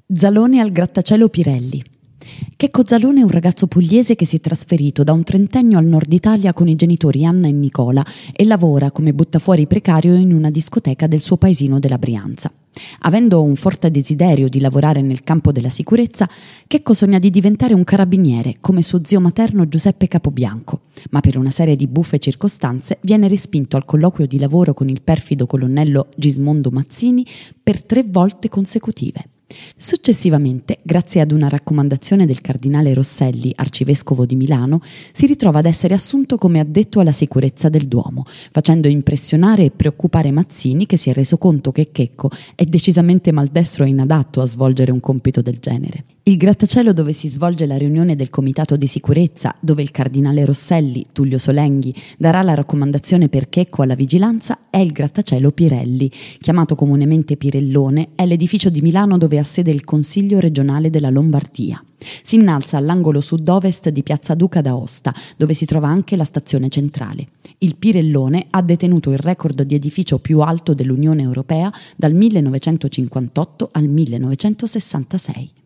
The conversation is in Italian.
Zalone al grattacielo Pirelli. Checco Zalone è un ragazzo pugliese che si è trasferito da un trentennio al nord Italia con i genitori Anna e Nicola e lavora come buttafuori precario in una discoteca del suo paesino della Brianza. Avendo un forte desiderio di lavorare nel campo della sicurezza, Checco sogna di diventare un carabiniere come suo zio materno Giuseppe Capobianco, ma per una serie di buffe circostanze viene respinto al colloquio di lavoro con il perfido colonnello Gismondo Mazzini per 3 volte consecutive. Successivamente, grazie ad una raccomandazione del cardinale Rosselli, arcivescovo di Milano, si ritrova ad essere assunto come addetto alla sicurezza del Duomo, facendo impressionare e preoccupare Mazzini, che si è reso conto che Checco è decisamente maldestro e inadatto a svolgere un compito del genere. Il grattacielo dove si svolge la riunione del comitato di sicurezza, dove il cardinale Rosselli, Tullio Solenghi, darà la raccomandazione per Checco alla vigilanza, è il grattacielo Pirelli, chiamato comunemente Pirellone, è l'edificio di Milano dove ha sede il Consiglio regionale della Lombardia. Si innalza all'angolo sud-ovest di Piazza Duca d'Aosta, dove si trova anche la stazione centrale. Il Pirellone ha detenuto il record di edificio più alto dell'Unione Europea dal 1958 al 1966.